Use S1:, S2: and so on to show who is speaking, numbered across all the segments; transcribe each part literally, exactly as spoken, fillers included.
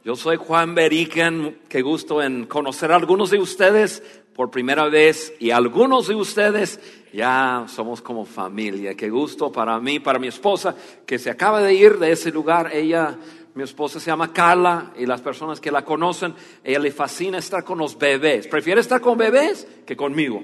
S1: Yo soy Juan Beriken, qué gusto en conocer a algunos de ustedes por primera vez y algunos de ustedes ya somos como familia. Qué gusto para mí, para mi esposa que se acaba de ir de ese lugar. Ella, mi esposa se llama Carla y las personas que la conocen, ella le fascina estar con los bebés. Prefiere estar con bebés que conmigo.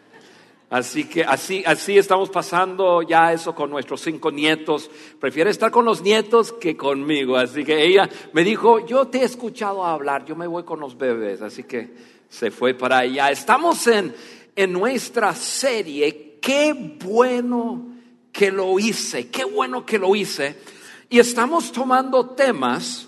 S1: Así que así, así estamos pasando ya eso con nuestros cinco nietos. Prefiere estar con los nietos que conmigo. Así que ella me dijo, yo te he escuchado hablar, yo me voy con los bebés. Así que se fue para allá. Estamos en, en nuestra serie, qué bueno que lo hice, qué bueno que lo hice. Y estamos tomando temas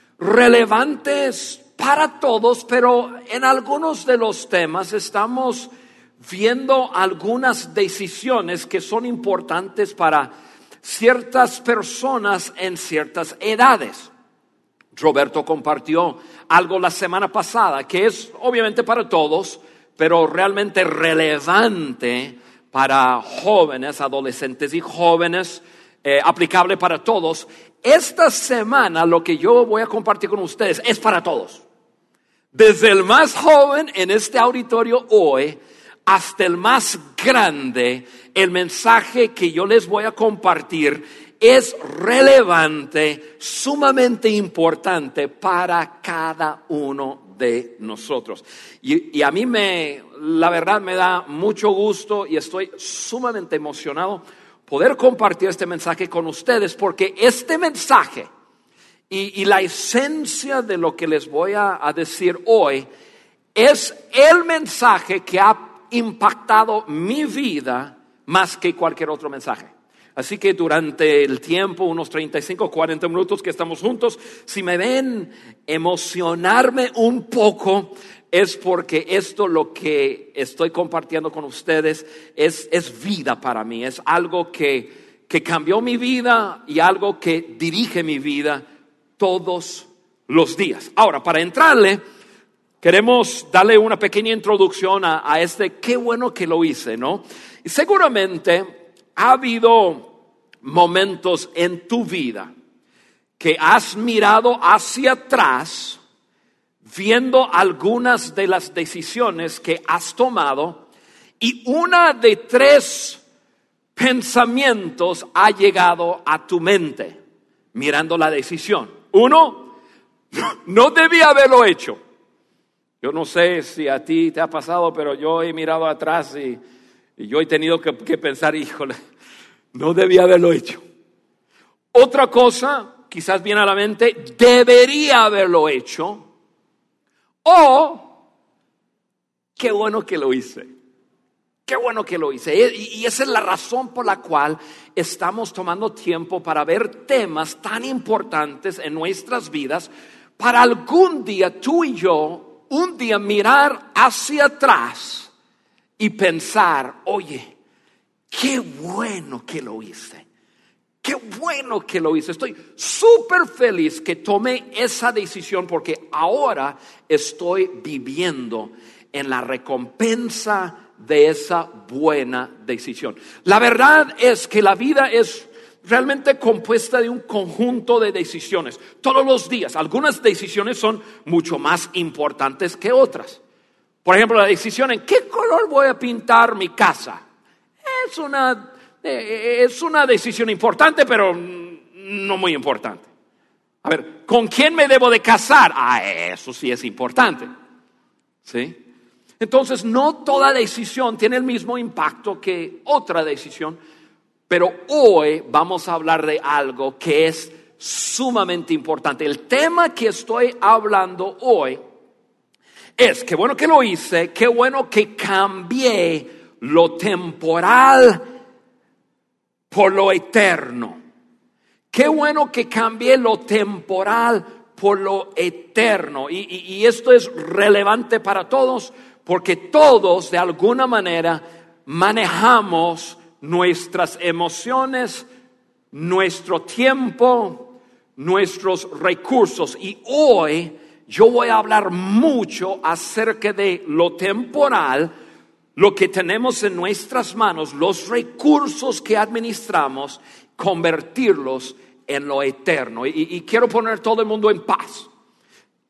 S1: relevantes para todos, pero en algunos de los temas estamos viendo algunas decisiones que son importantes para ciertas personas en ciertas edades. Roberto compartió algo la semana pasada que es obviamente para todos, pero realmente relevante para jóvenes, adolescentes y jóvenes, eh, aplicable para todos. Esta semana lo que yo voy a compartir con ustedes es para todos. Desde el más joven en este auditorio hoy hasta el más grande, el mensaje que yo les voy a compartir es relevante, sumamente importante para cada uno de nosotros. Y, y a mí me, la verdad me da mucho gusto y estoy sumamente emocionado poder compartir este mensaje con ustedes, porque este mensaje y, y la esencia de lo que les voy a, a decir hoy es el mensaje que ha impactado mi vida más que cualquier otro mensaje. Así que durante el tiempo, unos treinta y cinco, cuarenta minutos que estamos juntos, si me ven emocionarme un poco, es porque esto lo que estoy compartiendo con ustedes es, es vida para mí, es algo que, que cambió mi vida y algo que dirige mi vida todos los días. Ahora, para entrarle, queremos darle una pequeña introducción a, a este qué bueno que lo hice, ¿no? Y seguramente ha habido momentos en tu vida que has mirado hacia atrás viendo algunas de las decisiones que has tomado y una de tres pensamientos ha llegado a tu mente mirando la decisión. Uno, no debía haberlo hecho. Yo no sé si a ti te ha pasado, pero yo he mirado atrás y, y yo he tenido que, que pensar, híjole, no debía haberlo hecho. Otra cosa, quizás viene a la mente, debería haberlo hecho. O, qué bueno que lo hice. Qué bueno que lo hice. Y, y esa es la razón por la cual estamos tomando tiempo para ver temas tan importantes en nuestras vidas, para algún día tú y yo, un día mirar hacia atrás y pensar, oye, qué bueno que lo hice, qué bueno que lo hice. Estoy súper feliz que tomé esa decisión porque ahora estoy viviendo en la recompensa de esa buena decisión. La verdad es que la vida es realmente compuesta de un conjunto de decisiones todos los días. Algunas decisiones son mucho más importantes que otras. Por ejemplo, la decisión en qué color voy a pintar mi casa es una, es una decisión importante, pero no muy importante. A ver, ¿con quién me debo de casar? Ah, eso sí es importante. ¿Sí? Entonces, no toda decisión tiene el mismo impacto que otra decisión. Pero hoy vamos a hablar de algo que es sumamente importante. El tema que estoy hablando hoy es, qué bueno que lo hice, qué bueno que cambié lo temporal por lo eterno. Qué bueno que cambié lo temporal por lo eterno. Y, y, y esto es relevante para todos porque todos de alguna manera manejamos nuestras emociones, nuestro tiempo, nuestros recursos. Y hoy yo voy a hablar mucho acerca de lo temporal, lo que tenemos en nuestras manos, los recursos que administramos, convertirlos en lo eterno. Y, y quiero poner todo el mundo en paz.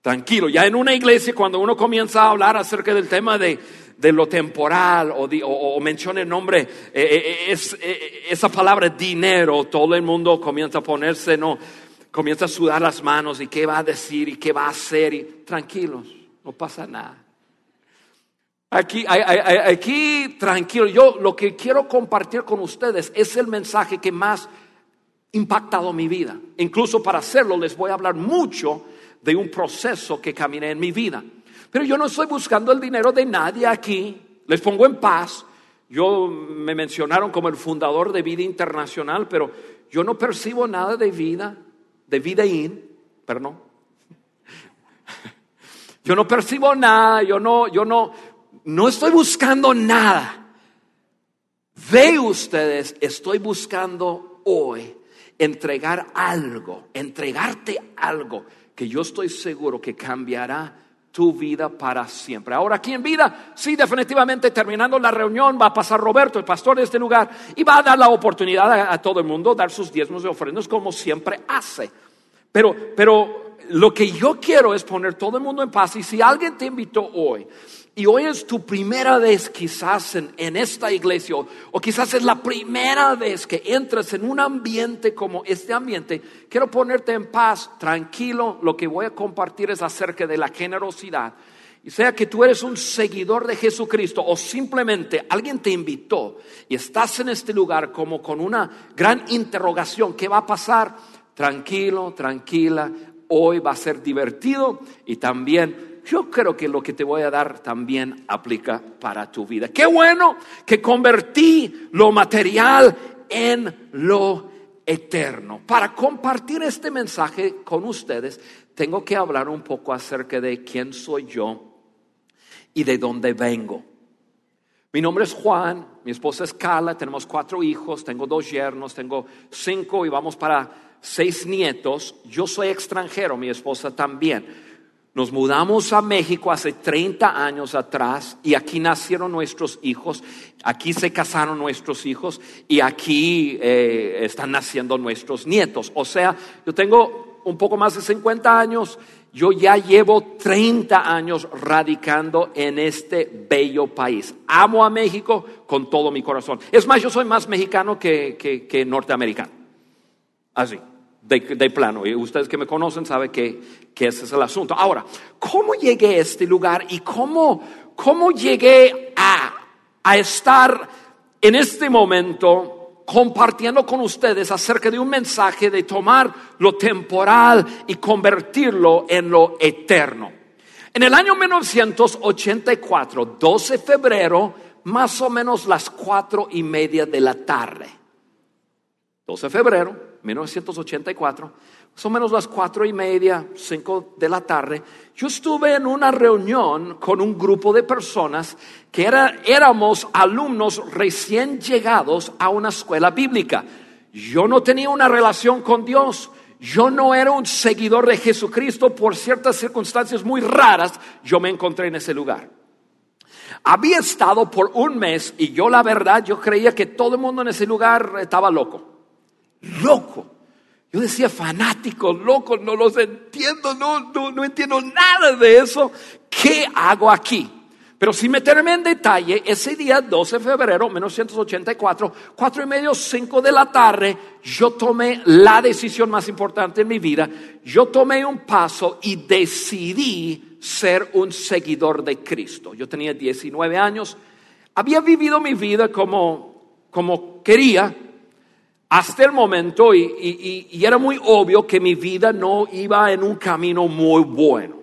S1: Tranquilo. Ya en una iglesia, cuando uno comienza a hablar acerca del tema de, de lo temporal o, de, o, o menciona el nombre, eh, eh, es, eh, esa palabra dinero, todo el mundo comienza a ponerse, no, comienza a sudar las manos y qué va a decir y qué va a hacer. Y tranquilos, no pasa nada. Aquí, aquí, tranquilo. Yo lo que quiero compartir con ustedes es el mensaje que más impactado mi vida. Incluso para hacerlo les voy a hablar mucho de un proceso que caminé en mi vida. Pero yo no estoy buscando el dinero de nadie aquí. Les pongo en paz. Yo me mencionaron como el fundador de Vida Internacional, pero yo no percibo nada de vida, de Vida In, perdón. Yo no percibo nada, yo no, yo no, no estoy buscando nada. De ustedes estoy buscando hoy entregar algo, entregarte algo que yo estoy seguro que cambiará tu vida para siempre. Ahora aquí en Vida, sí, definitivamente terminando la reunión va a pasar Roberto, el pastor de este lugar, y va a dar la oportunidad a, a todo el mundo dar sus diezmos y ofrendas como siempre hace. Pero, pero lo que yo quiero es poner todo el mundo en paz. Y si alguien te invitó hoy y hoy es tu primera vez quizás en, en esta iglesia, o, o quizás es la primera vez que entras en un ambiente como este ambiente, quiero ponerte en paz, tranquilo. Lo que voy a compartir es acerca de la generosidad. Y sea que tú eres un seguidor de Jesucristo o simplemente alguien te invitó y estás en este lugar como con una gran interrogación, ¿qué va a pasar? Tranquilo, tranquila, hoy va a ser divertido y también yo creo que lo que te voy a dar también aplica para tu vida. Qué bueno que convertí lo material en lo eterno. Para compartir este mensaje con ustedes, tengo que hablar un poco acerca de quién soy yo y de dónde vengo. Mi nombre es Juan, mi esposa es Carla, tenemos cuatro hijos, tengo dos yernos, tengo cinco y vamos para seis nietos. Yo soy extranjero, mi esposa también. Nos mudamos a México hace treinta años atrás y aquí nacieron nuestros hijos, aquí se casaron nuestros hijos y aquí eh, están naciendo nuestros nietos. O sea, yo tengo un poco más de cincuenta años, yo ya llevo treinta años radicando en este bello país. Amo a México con todo mi corazón. Es más, yo soy más mexicano que, que, que norteamericano. Así. De, de plano, y ustedes que me conocen saben que, que ese es el asunto. Ahora, ¿cómo llegué a este lugar y cómo, cómo llegué a, a estar en este momento compartiendo con ustedes acerca de un mensaje de tomar lo temporal y convertirlo en lo eterno? En el año mil novecientos ochenta y cuatro, doce de febrero, más o menos las cuatro y media de la tarde. doce de febrero. mil novecientos ochenta y cuatro, más o menos las cuatro y media, cinco de la tarde, yo estuve en una reunión con un grupo de personas que era, éramos alumnos recién llegados a una escuela bíblica. Yo no tenía una relación con Dios, yo no era un seguidor de Jesucristo. Por ciertas circunstancias muy raras, yo me encontré en ese lugar. Había estado por un mes y yo la verdad, yo creía que todo el mundo en ese lugar estaba loco. Loco, yo decía fanático, loco, no los entiendo, no, no, no entiendo nada de eso. ¿Qué hago aquí? Pero sin meterme en detalle, ese día doce de febrero de mil novecientos ochenta y cuatro, cuatro y medio, cinco de la tarde, yo tomé la decisión más importante en mi vida. Yo tomé un paso y decidí ser un seguidor de Cristo. Yo tenía diecinueve años, había vivido mi vida como, como quería hasta el momento y, y, y era muy obvio que mi vida no iba en un camino muy bueno.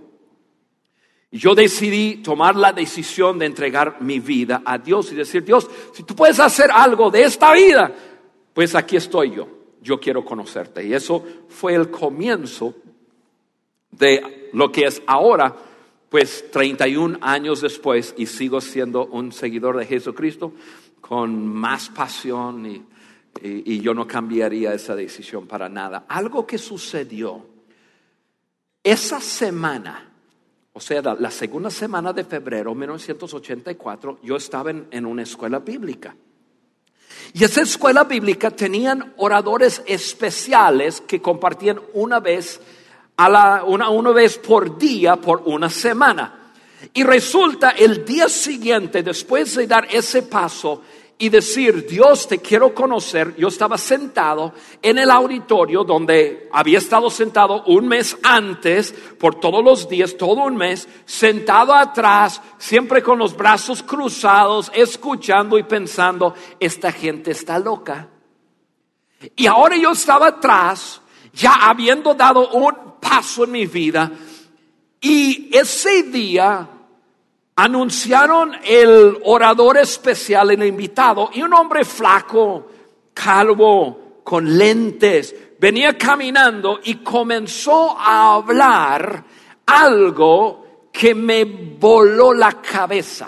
S1: Yo decidí tomar la decisión de entregar mi vida a Dios y decir: Dios, si tú puedes hacer algo de esta vida, pues aquí estoy yo, yo quiero conocerte. Y eso fue el comienzo de lo que es ahora, pues treinta y un años después, y sigo siendo un seguidor de Jesucristo con más pasión y Y, y yo no cambiaría esa decisión para nada. Algo que sucedió esa semana, o sea, la, la segunda semana de febrero de mil novecientos ochenta y cuatro, yo estaba en, en una escuela bíblica. Y esa escuela bíblica tenían oradores especiales que compartían una vez a la, una, una vez por día por una semana. Y resulta el día siguiente, después de dar ese paso y decir, Dios, te quiero conocer, yo estaba sentado en el auditorio donde había estado sentado un mes antes, por todos los días, todo un mes, sentado atrás, siempre con los brazos cruzados, escuchando y pensando, esta gente está loca. Y ahora yo estaba atrás, ya habiendo dado un paso en mi vida, y ese día anunciaron el orador especial, el invitado, y un hombre flaco, calvo, con lentes, venía caminando y comenzó a hablar algo que me voló la cabeza.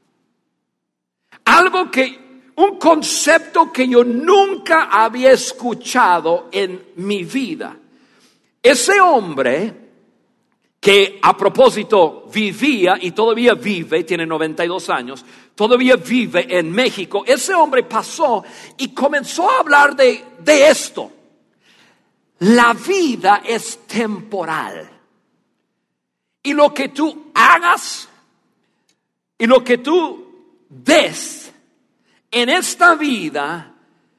S1: Algo que, un concepto que yo nunca había escuchado en mi vida. Ese hombre, que a propósito vivía y todavía vive, tiene noventa y dos años, todavía vive en México. Ese hombre pasó y comenzó a hablar de, de esto. La vida es temporal. Y lo que tú hagas y lo que tú des en esta vida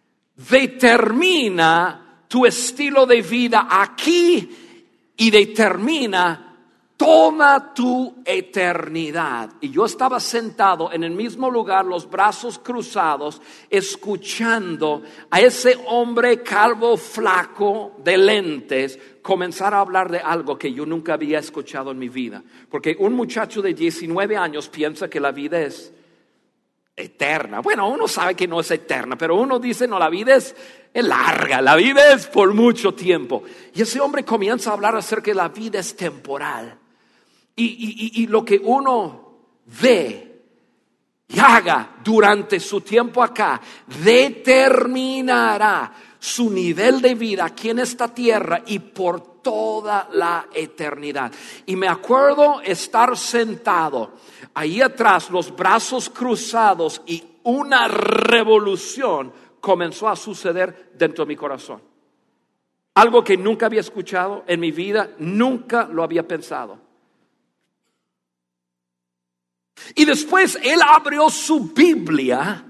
S1: determina tu estilo de vida aquí y determina toda tu eternidad. Y yo estaba sentado en el mismo lugar, los brazos cruzados, escuchando a ese hombre calvo, flaco, de lentes, comenzar a hablar de algo que yo nunca había escuchado en mi vida. Porque un muchacho de diecinueve años piensa que la vida es eterna. Bueno, uno sabe que no es eterna, pero uno dice, no, la vida es, es larga, la vida es por mucho tiempo. Y ese hombre comienza a hablar acerca de la vida es temporal. Y, y, y lo que uno ve y haga durante su tiempo acá determinará su nivel de vida aquí en esta tierra y por toda la eternidad. Y me acuerdo estar sentado ahí atrás, los brazos cruzados, y una revolución comenzó a suceder dentro de mi corazón. Algo que nunca había escuchado en mi vida, nunca lo había pensado. Y después él abrió su Biblia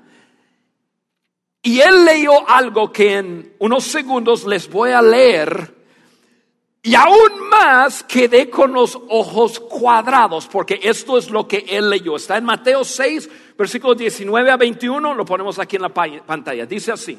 S1: y él leyó algo que en unos segundos les voy a leer. Y aún más quedé con los ojos cuadrados, porque esto es lo que él leyó. Está en Mateo seis, versículos diecinueve a veintiuno. Lo ponemos aquí en la pantalla. Dice así: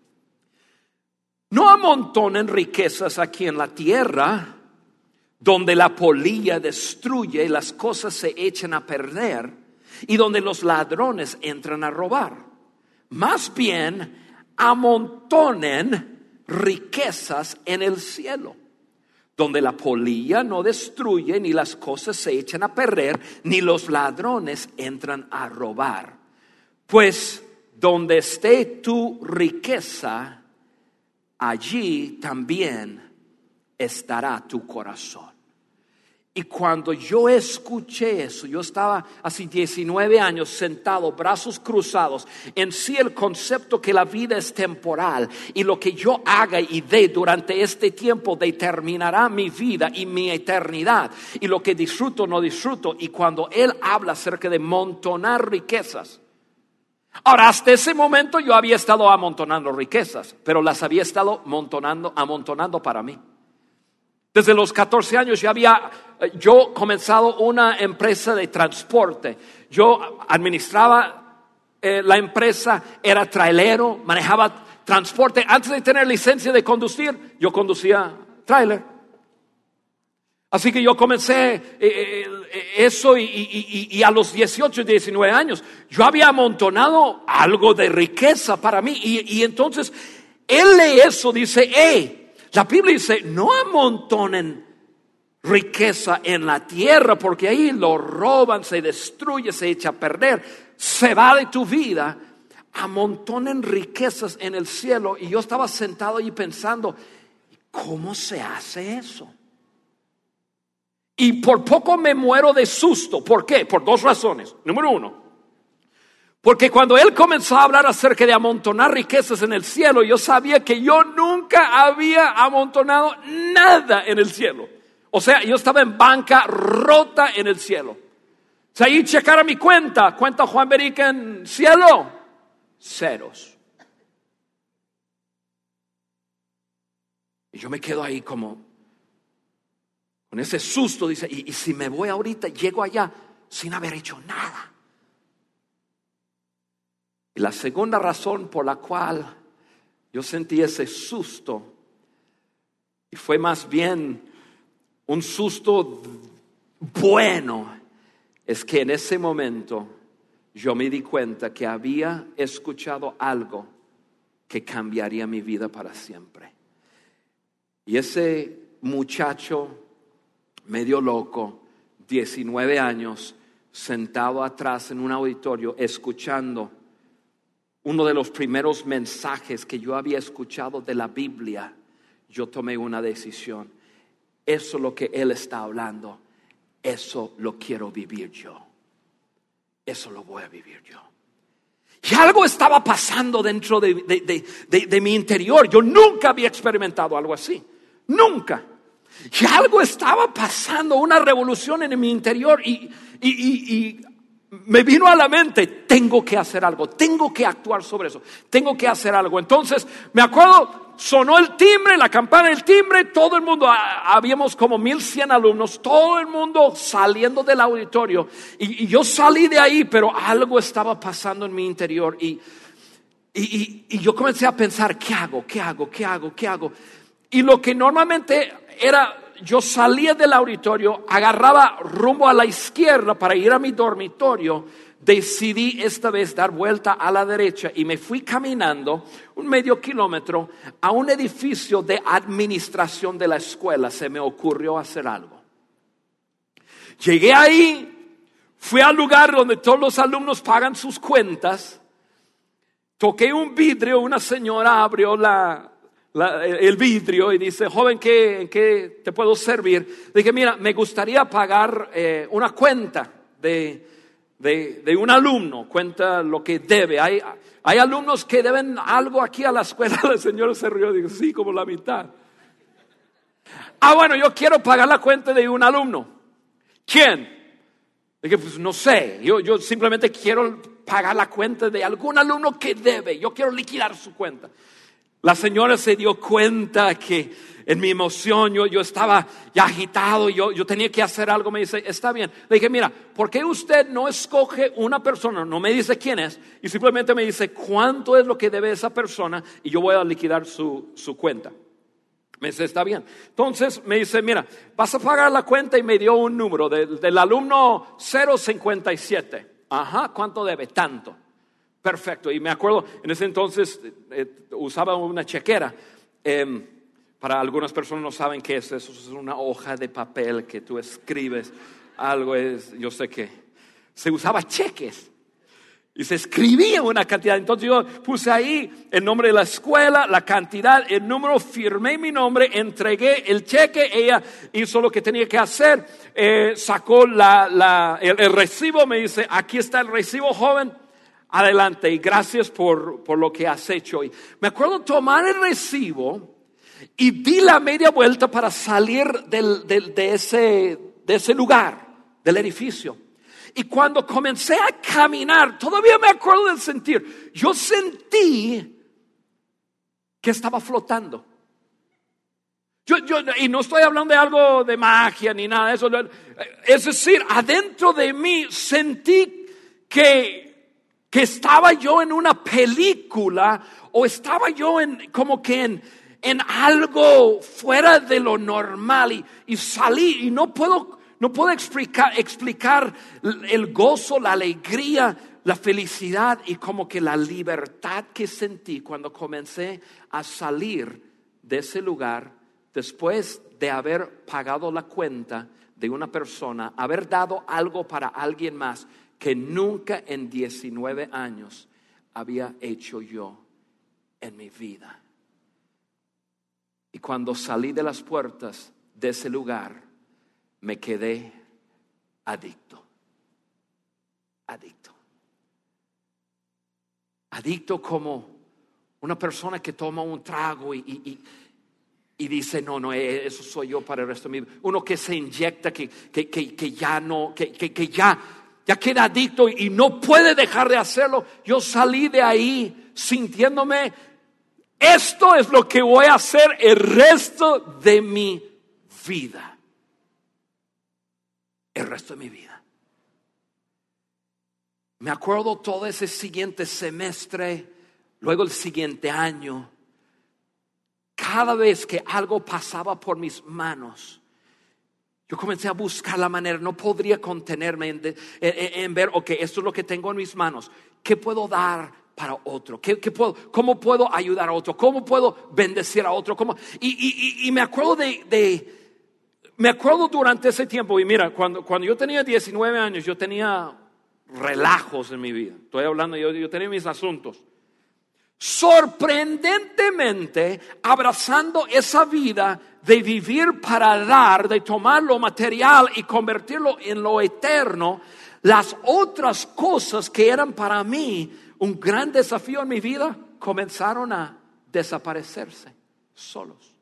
S1: no amontonen riquezas aquí en la tierra, donde la polilla destruye y las cosas se echan a perder, y donde los ladrones entran a robar. Más bien, amontonen riquezas en el cielo, donde la polilla no destruye, ni las cosas se echan a perder, ni los ladrones entran a robar. Pues donde esté tu riqueza, allí también estará tu corazón. Y cuando yo escuché eso, yo estaba hace diecinueve años sentado, brazos cruzados. En sí el concepto que la vida es temporal y lo que yo haga y dé durante este tiempo determinará mi vida y mi eternidad, y lo que disfruto o no disfruto. Y cuando él habla acerca de amontonar riquezas, ahora hasta ese momento yo había estado amontonando riquezas, pero las había estado amontonando, amontonando para mí. Desde los catorce años ya había yo comenzado una empresa de transporte. Yo administraba eh, la empresa, era trailero, manejaba transporte. Antes de tener licencia de conducir, yo conducía trailer. Así que yo comencé eh, eh, eso y, y, y, y a los dieciocho, diecinueve años yo había amontonado algo de riqueza para mí. Y, y entonces él lee eso, dice, hey, la Biblia dice, no amontonen riqueza en la tierra, porque ahí lo roban, se destruye, se echa a perder, se va de tu vida. Amontonen riquezas en el cielo. Y yo estaba sentado ahí pensando, ¿cómo se hace eso? Y por poco me muero de susto. ¿Por qué? Por dos razones. Número uno, porque cuando él comenzó a hablar acerca de amontonar riquezas en el cielo, yo sabía que yo nunca había amontonado nada en el cielo. O sea, yo estaba en bancarrota en el cielo. O sea, ahí checara mi cuenta, cuenta Juan Berica en cielo, ceros. Y yo me quedo ahí como con ese susto, dice, y, y si me voy ahorita, llego allá sin haber hecho nada. Y la segunda razón por la cual yo sentí ese susto, y fue más bien un susto bueno, es que en ese momento yo me di cuenta que había escuchado algo que cambiaría mi vida para siempre. Y ese muchacho medio loco, diecinueve años, sentado atrás en un auditorio, escuchando uno de los primeros mensajes que yo había escuchado de la Biblia, yo tomé una decisión. Eso es lo que él está hablando. Eso lo quiero vivir yo. Eso lo voy a vivir yo. Y algo estaba pasando dentro de, de, de, de, de mi interior. Yo nunca había experimentado algo así. Nunca. Y algo estaba pasando, una revolución en mi interior. Y, y, y, y me vino a la mente, tengo que hacer algo. Tengo que actuar sobre eso. Tengo que hacer algo. Entonces, me acuerdo, sonó el timbre, la campana del timbre. Todo el mundo, habíamos como mil cien alumnos. Todo el mundo saliendo del auditorio. Y, y yo salí de ahí, pero algo estaba pasando en mi interior. Y, y, y, y yo comencé a pensar, ¿qué hago? ¿Qué hago? ¿Qué hago? ¿Qué hago? Y lo que normalmente era, yo salía del auditorio, agarraba rumbo a la izquierda para ir a mi dormitorio, decidí esta vez dar vuelta a la derecha y me fui caminando un medio kilómetro a un edificio de administración de la escuela. Se me ocurrió hacer algo. Llegué ahí, fui al lugar donde todos los alumnos pagan sus cuentas, toqué un vidrio, una señora abrió la... La, el vidrio y dice, joven, ¿qué, ¿en qué te puedo servir? Dije, mira, me gustaría pagar eh, una cuenta de, de, de un alumno, cuenta lo que debe. Hay, hay alumnos que deben algo aquí a la escuela. La señora se rió y dijo, sí, como la mitad. Ah, bueno, yo quiero pagar la cuenta de un alumno. ¿Quién? Dije, pues no sé, yo, yo simplemente quiero pagar la cuenta de algún alumno que debe. Yo quiero liquidar su cuenta. La señora se dio cuenta que en mi emoción yo, yo estaba ya agitado, yo, yo tenía que hacer algo. Me dice, está bien. Le dije, mira, ¿por qué usted no escoge una persona? No me dice quién es y simplemente me dice cuánto es lo que debe esa persona y yo voy a liquidar su, su cuenta. Me dice, está bien. Entonces me dice, mira, vas a pagar la cuenta y me dio un número del, del alumno cero cincuenta y siete. Ajá, ¿cuánto debe? Tanto. Perfecto, y me acuerdo, en ese entonces eh, usaba una chequera. Eh, para algunas personas no saben qué es eso, es una hoja de papel que tú escribes. Algo es, yo sé que se usaba cheques y se escribía una cantidad. Entonces yo puse ahí el nombre de la escuela, la cantidad, el número, firmé mi nombre, entregué el cheque. Ella hizo lo que tenía que hacer, eh, sacó la, la, el, el recibo, me dice, aquí está el recibo, joven. Adelante y gracias por, por lo que has hecho. Y me acuerdo tomar el recibo y di la media vuelta para salir del, del, de, ese, de ese lugar, del edificio. Y cuando comencé a caminar, todavía me acuerdo del sentir. Yo sentí que estaba flotando. Yo, yo, y no estoy hablando de algo de magia ni nada de eso. Es decir, adentro de mí sentí que... que estaba yo en una película o estaba yo en como que en, en algo fuera de lo normal y, y salí y no puedo, no puedo explicar, explicar el gozo, la alegría, la felicidad y como que la libertad que sentí cuando comencé a salir de ese lugar después de haber pagado la cuenta de una persona, haber dado algo para alguien más que nunca en diecinueve años había hecho yo en mi vida. Y cuando salí de las puertas de ese lugar, me quedé adicto. Adicto. Adicto como una persona que toma un trago y, y, y, y dice, no, no, eso soy yo para el resto de mi vida. Uno que se inyecta, que, que, que, que ya no, que, que, que ya, ya queda adicto y no puede dejar de hacerlo. Yo salí de ahí sintiéndome, esto es lo que voy a hacer el resto de mi vida. El resto de mi vida. Me acuerdo todo ese siguiente semestre, luego el siguiente año. Cada vez que algo pasaba por mis manos, yo comencé a buscar la manera. No podría contenerme en, de, en, en ver, ok, esto es lo que tengo en mis manos. ¿Qué puedo dar para otro? ¿Qué, qué puedo, ¿Cómo puedo ayudar a otro? ¿Cómo puedo bendecir a otro? ¿Cómo? Y, y, y me acuerdo de, de Me acuerdo durante ese tiempo, y mira, cuando, cuando yo tenía diecinueve años, yo tenía relajos en mi vida. Estoy hablando, yo, yo tenía mis asuntos. Sorprendentemente, abrazando esa vida de vivir para dar, de tomar lo material y convertirlo en lo eterno, las otras cosas que eran para mí un gran desafío en mi vida comenzaron a desaparecerse solos.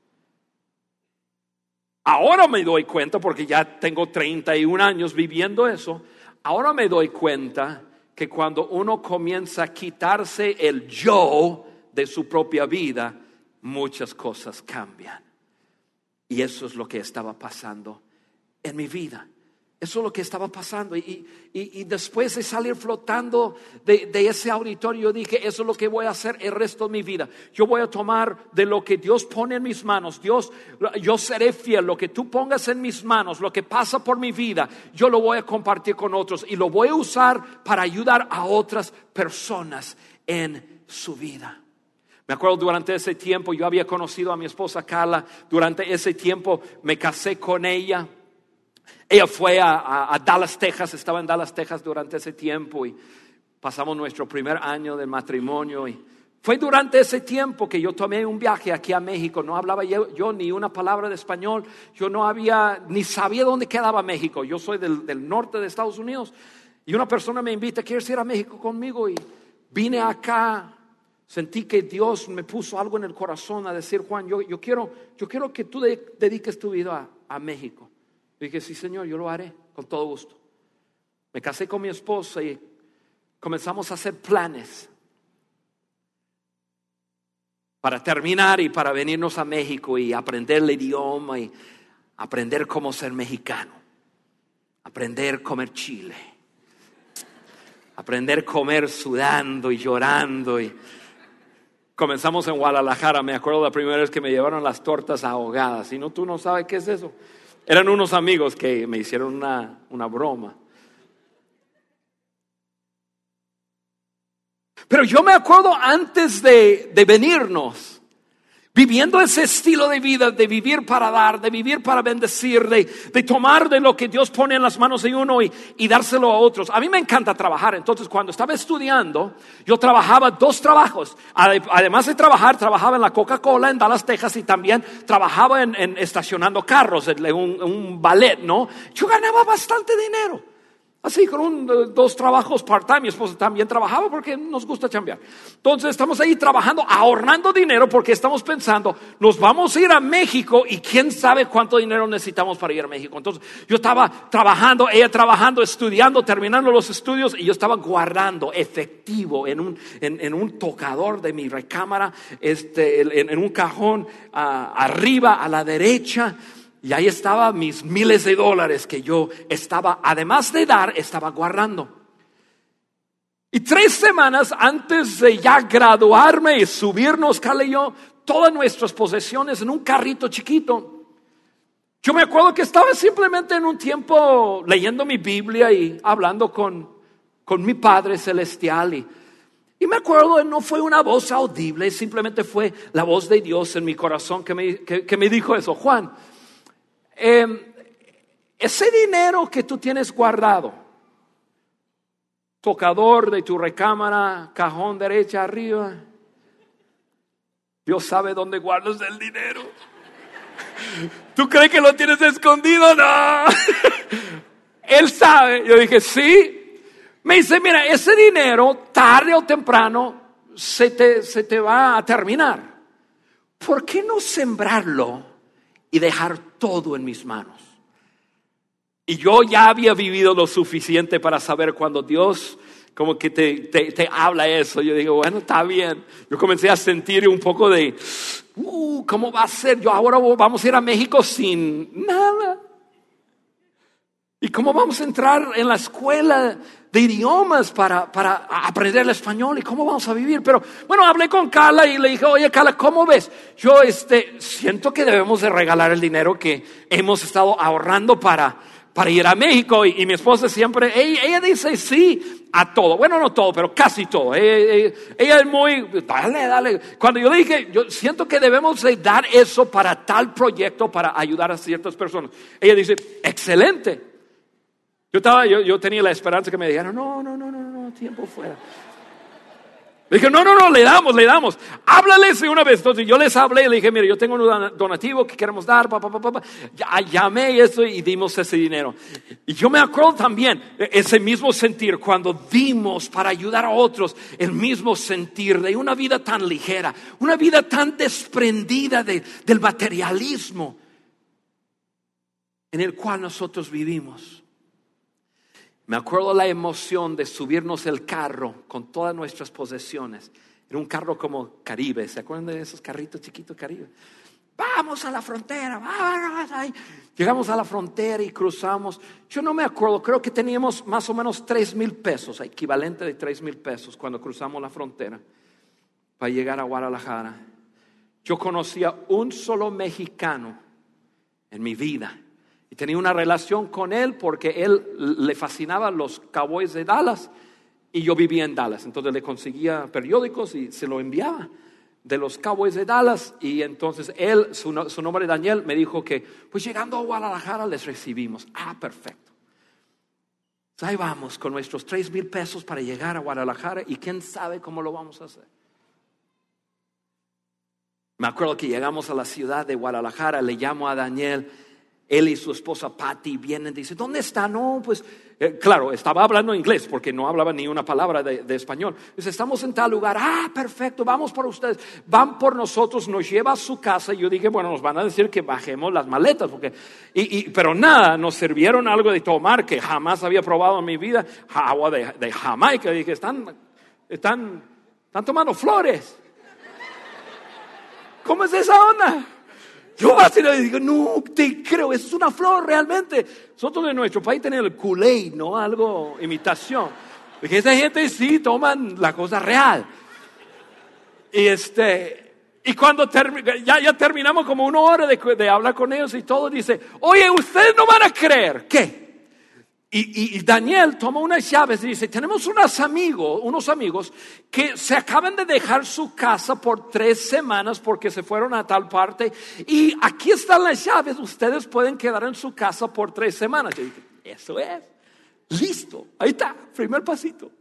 S1: Ahora me doy cuenta, porque ya tengo treinta y un años viviendo eso, ahora me doy cuenta que cuando uno comienza a quitarse el yo de su propia vida, muchas cosas cambian. Y eso es lo que estaba pasando en mi vida. Eso es lo que estaba pasando. Y, y, y después de salir flotando de, de ese auditorio, yo dije, eso es lo que voy a hacer el resto de mi vida. Yo voy a tomar de lo que Dios pone en mis manos. Dios, yo seré fiel. Lo que tú pongas en mis manos, lo que pasa por mi vida, yo lo voy a compartir con otros. Y lo voy a usar para ayudar a otras personas en su vida. Me acuerdo durante ese tiempo, yo había conocido a mi esposa Carla. Durante ese tiempo me casé con ella. Ella fue a, a, a Dallas, Texas, estaba en Dallas, Texas durante ese tiempo y pasamos nuestro primer año de matrimonio. Y fue durante ese tiempo que yo tomé un viaje aquí a México. No hablaba yo, yo ni una palabra de español. Yo no había, ni sabía dónde quedaba México. Yo soy del, del norte de Estados Unidos. Y una persona me invita, ¿quieres ir a México conmigo? Y vine acá. Sentí que Dios me puso algo en el corazón a decir, Juan, yo, yo, quiero, yo quiero que tú de, dediques tu vida a, a México. Y dije, sí, Señor, yo lo haré con todo gusto. Me casé con mi esposa y comenzamos a hacer planes para terminar y para venirnos a México y aprender el idioma y aprender cómo ser mexicano, aprender a comer chile, aprender a comer sudando y llorando. Y comenzamos en Guadalajara. Me acuerdo la primera vez que me llevaron las tortas ahogadas. Y no, tú no sabes qué es eso. Eran unos amigos que me hicieron una, una broma. Pero yo me acuerdo antes de, de venirnos, viviendo ese estilo de vida, de vivir para dar, de vivir para bendecir, de, de tomar de lo que Dios pone en las manos de uno y, y dárselo a otros. A mí me encanta trabajar. Entonces, cuando estaba estudiando, yo trabajaba dos trabajos. Además de trabajar, trabajaba en la Coca-Cola en Dallas, Texas, y también trabajaba en, en estacionando carros, en un, un ballet, ¿no? Yo ganaba bastante dinero. Así, con un, dos trabajos part-time. Mi esposa también trabajaba porque nos gusta chambear. Entonces estamos ahí trabajando, ahorrando dinero, porque estamos pensando, nos vamos a ir a México y quién sabe cuánto dinero necesitamos para ir a México. Entonces yo estaba trabajando, ella trabajando, estudiando, terminando los estudios, y yo estaba guardando efectivo en un, en, en un tocador de mi recámara, este, en, en un cajón uh, arriba a la derecha. Y ahí estaban mis miles de dólares que yo estaba, además de dar, estaba guardando. Y tres semanas antes de ya graduarme y subirnos, Carla y yo, todas nuestras posesiones en un carrito chiquito. Yo me acuerdo que estaba simplemente en un tiempo leyendo mi Biblia y hablando con, con mi Padre Celestial. Y, y me acuerdo, no fue una voz audible, simplemente fue la voz de Dios en mi corazón que me, que, que me dijo eso. Juan, Eh, ese dinero que tú tienes guardado, tocador de tu recámara, cajón derecha arriba, Dios sabe dónde guardas el dinero. ¿Tú crees que lo tienes escondido? No. Él sabe. Yo dije, sí. Me dice, mira, ese dinero tarde o temprano se te, se te va a terminar. ¿Por qué no sembrarlo y dejar todo en mis manos. Y yo ya había vivido lo suficiente para saber cuando Dios como que te, te, te habla eso. Yo digo, bueno, está bien. Yo comencé a sentir un poco de, uh, ¿cómo va a ser? Yo ahora vamos a ir a México sin nada. ¿Y cómo vamos a entrar en la escuela de idiomas para, para aprender el español? ¿Y cómo vamos a vivir? Pero bueno, hablé con Carla y le dije, oye Carla, ¿cómo ves? Yo este, siento que debemos de regalar el dinero que hemos estado ahorrando para, para ir a México. Y, y mi esposa siempre, ella, ella dice sí a todo. Bueno, no todo, pero casi todo. Ella, ella, ella es muy, dale, dale. Cuando yo le dije, yo siento que debemos de dar eso para tal proyecto, para ayudar a ciertas personas. Ella dice, excelente. Yo, estaba, yo, yo tenía la esperanza que me dijeran, no, no, no, no, no, tiempo fuera. Le dije, no, no, no, le damos, le damos. Háblales de una vez. Entonces yo les hablé y le dije, mire, yo tengo un donativo que queremos dar, pa, pa, pa, pa. Ya, llamé y eso y dimos ese dinero. Y yo me acuerdo también ese mismo sentir cuando dimos para ayudar a otros, el mismo sentir de una vida tan ligera, una vida tan desprendida de, del materialismo en el cual nosotros vivimos. Me acuerdo la emoción de subirnos el carro con todas nuestras posesiones. Era un carro como Caribe. ¿Se acuerdan de esos carritos chiquitos Caribe? Vamos a la frontera. Vamos. Llegamos a la frontera y cruzamos. Yo no me acuerdo, creo que teníamos más o menos tres mil pesos, equivalente de tres mil pesos cuando cruzamos la frontera para llegar a Guadalajara. Yo conocía un solo mexicano en mi vida. Y tenía una relación con él porque él le fascinaban los Cowboys de Dallas y yo vivía en Dallas. Entonces le conseguía periódicos y se lo enviaba de los Cowboys de Dallas. Y entonces él, su, su nombre Daniel, me dijo que pues llegando a Guadalajara les recibimos. Ah, perfecto. Entonces ahí vamos con nuestros tres mil pesos para llegar a Guadalajara y quién sabe cómo lo vamos a hacer. Me acuerdo que llegamos a la ciudad de Guadalajara, le llamo a Daniel. Él y su esposa Patty vienen y dicen, ¿dónde está? No, pues, eh, claro, estaba hablando inglés porque no hablaba ni una palabra de, de español. Dice, estamos en tal lugar. Ah, perfecto, vamos por ustedes. Van por nosotros, nos lleva a su casa. Y yo dije, bueno, nos van a decir que bajemos las maletas. Porque, y, y, pero nada, nos sirvieron algo de tomar que jamás había probado en mi vida. Agua de, de Jamaica. Y dije, están, están, están tomando flores. ¿Cómo es esa onda? Yo así le digo, no te creo, eso es una flor realmente. Nosotros en nuestro país tenemos el Kool-Aid, ¿no? Algo, imitación. Porque esa gente sí toman la cosa real. Y este, y cuando termi- ya, ya terminamos como una hora de, de hablar con ellos y todo, dice, oye, ustedes no van a creer. ¿Qué? Y, y, y Daniel toma unas llaves y dice, tenemos unos amigos, unos amigos que se acaban de dejar su casa por tres semanas porque se fueron a tal parte y aquí están las llaves, ustedes pueden quedar en su casa por tres semanas. Yo dije, eso es, listo, ahí está, primer pasito.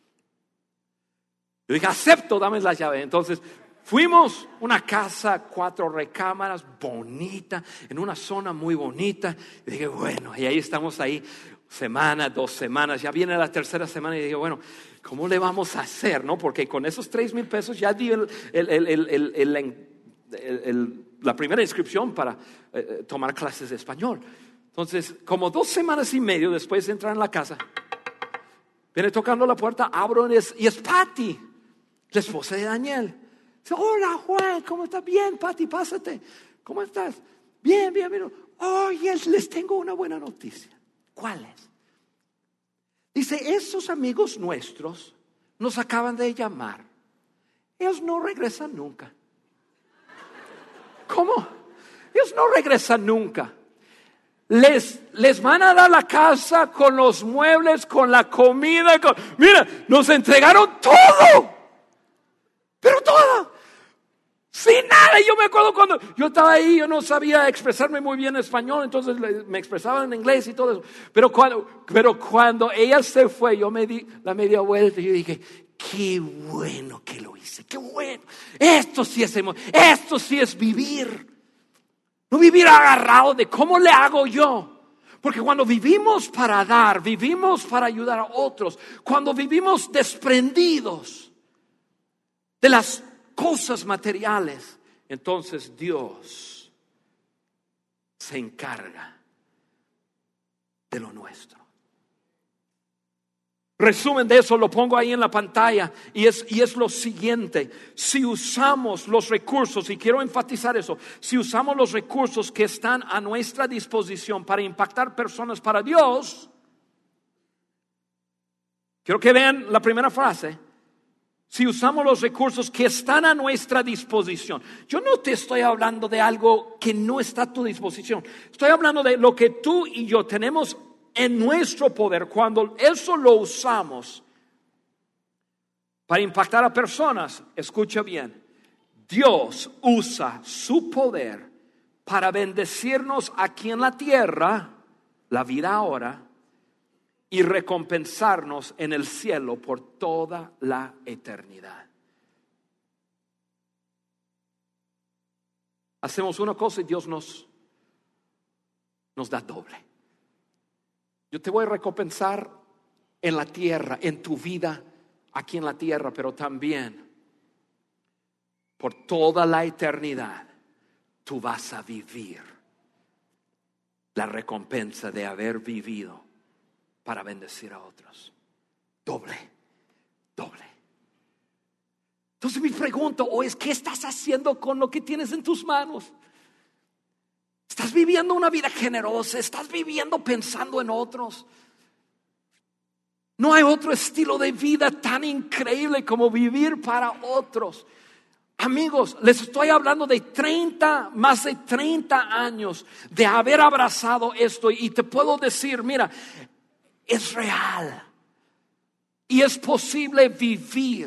S1: Yo dije, acepto, dame las llaves. Entonces fuimos a una casa, cuatro recámaras, bonita, en una zona muy bonita. Y dije, bueno, y ahí estamos ahí. Semana, dos semanas, ya viene la tercera semana y digo, bueno, ¿cómo le vamos a hacer? ¿No? Porque con esos tres mil pesos ya di el, el, el, el, el, el, el, la primera inscripción para eh, tomar clases de español. Entonces, como dos semanas y medio después de entrar en la casa, viene tocando la puerta, abro y es, y es Patty, la esposa de Daniel. Dice, hola Juan, ¿cómo estás? Bien, Patty, pásate. ¿Cómo estás? Bien, bien, bien. Oye, les tengo una buena noticia. ¿Cuáles? Dice, esos amigos nuestros nos acaban de llamar. Ellos no regresan nunca. ¿Cómo? Ellos no regresan nunca. Les, les van a dar la casa con los muebles, con la comida. Con... Mira, nos entregaron todo. Pero todo. Sin nada. Y yo me acuerdo cuando yo estaba ahí, yo no sabía expresarme muy bien en español, entonces me expresaba en inglés y todo eso. Pero cuando, pero cuando ella se fue, yo me di la media vuelta y yo dije, qué bueno que lo hice, qué bueno. Esto sí es, esto sí es vivir. No vivir agarrado de cómo le hago yo. Porque cuando vivimos para dar, vivimos para ayudar a otros, cuando vivimos desprendidos de las cosas materiales, entonces Dios se encarga de lo nuestro. Resumen de eso lo pongo ahí en la pantalla y es, y es lo siguiente: si usamos los recursos, y quiero enfatizar eso, si usamos los recursos que están a nuestra disposición para impactar personas para Dios, quiero que vean la primera frase: si usamos los recursos que están a nuestra disposición. Yo no te estoy hablando de algo que no está a tu disposición, estoy hablando de lo que tú y yo tenemos en nuestro poder. Cuando eso lo usamos para impactar a personas, escucha bien, Dios usa su poder para bendecirnos aquí en la tierra, la vida ahora, y recompensarnos en el cielo por toda la eternidad. Hacemos una cosa y Dios nos, nos da doble. Yo te voy a recompensar en la tierra, en tu vida aquí en la tierra, pero también por toda la eternidad tú vas a vivir la recompensa de haber vivido para bendecir a otros. Doble, doble. Entonces mi pregunta hoy es: ¿qué estás haciendo con lo que tienes en tus manos? ¿Estás viviendo una vida generosa? ¿Estás viviendo pensando en otros? No hay otro estilo de vida tan increíble como vivir para otros. Amigos, les estoy hablando de treinta, más de treinta años de haber abrazado esto, y te puedo decir, mira, es real y es posible vivir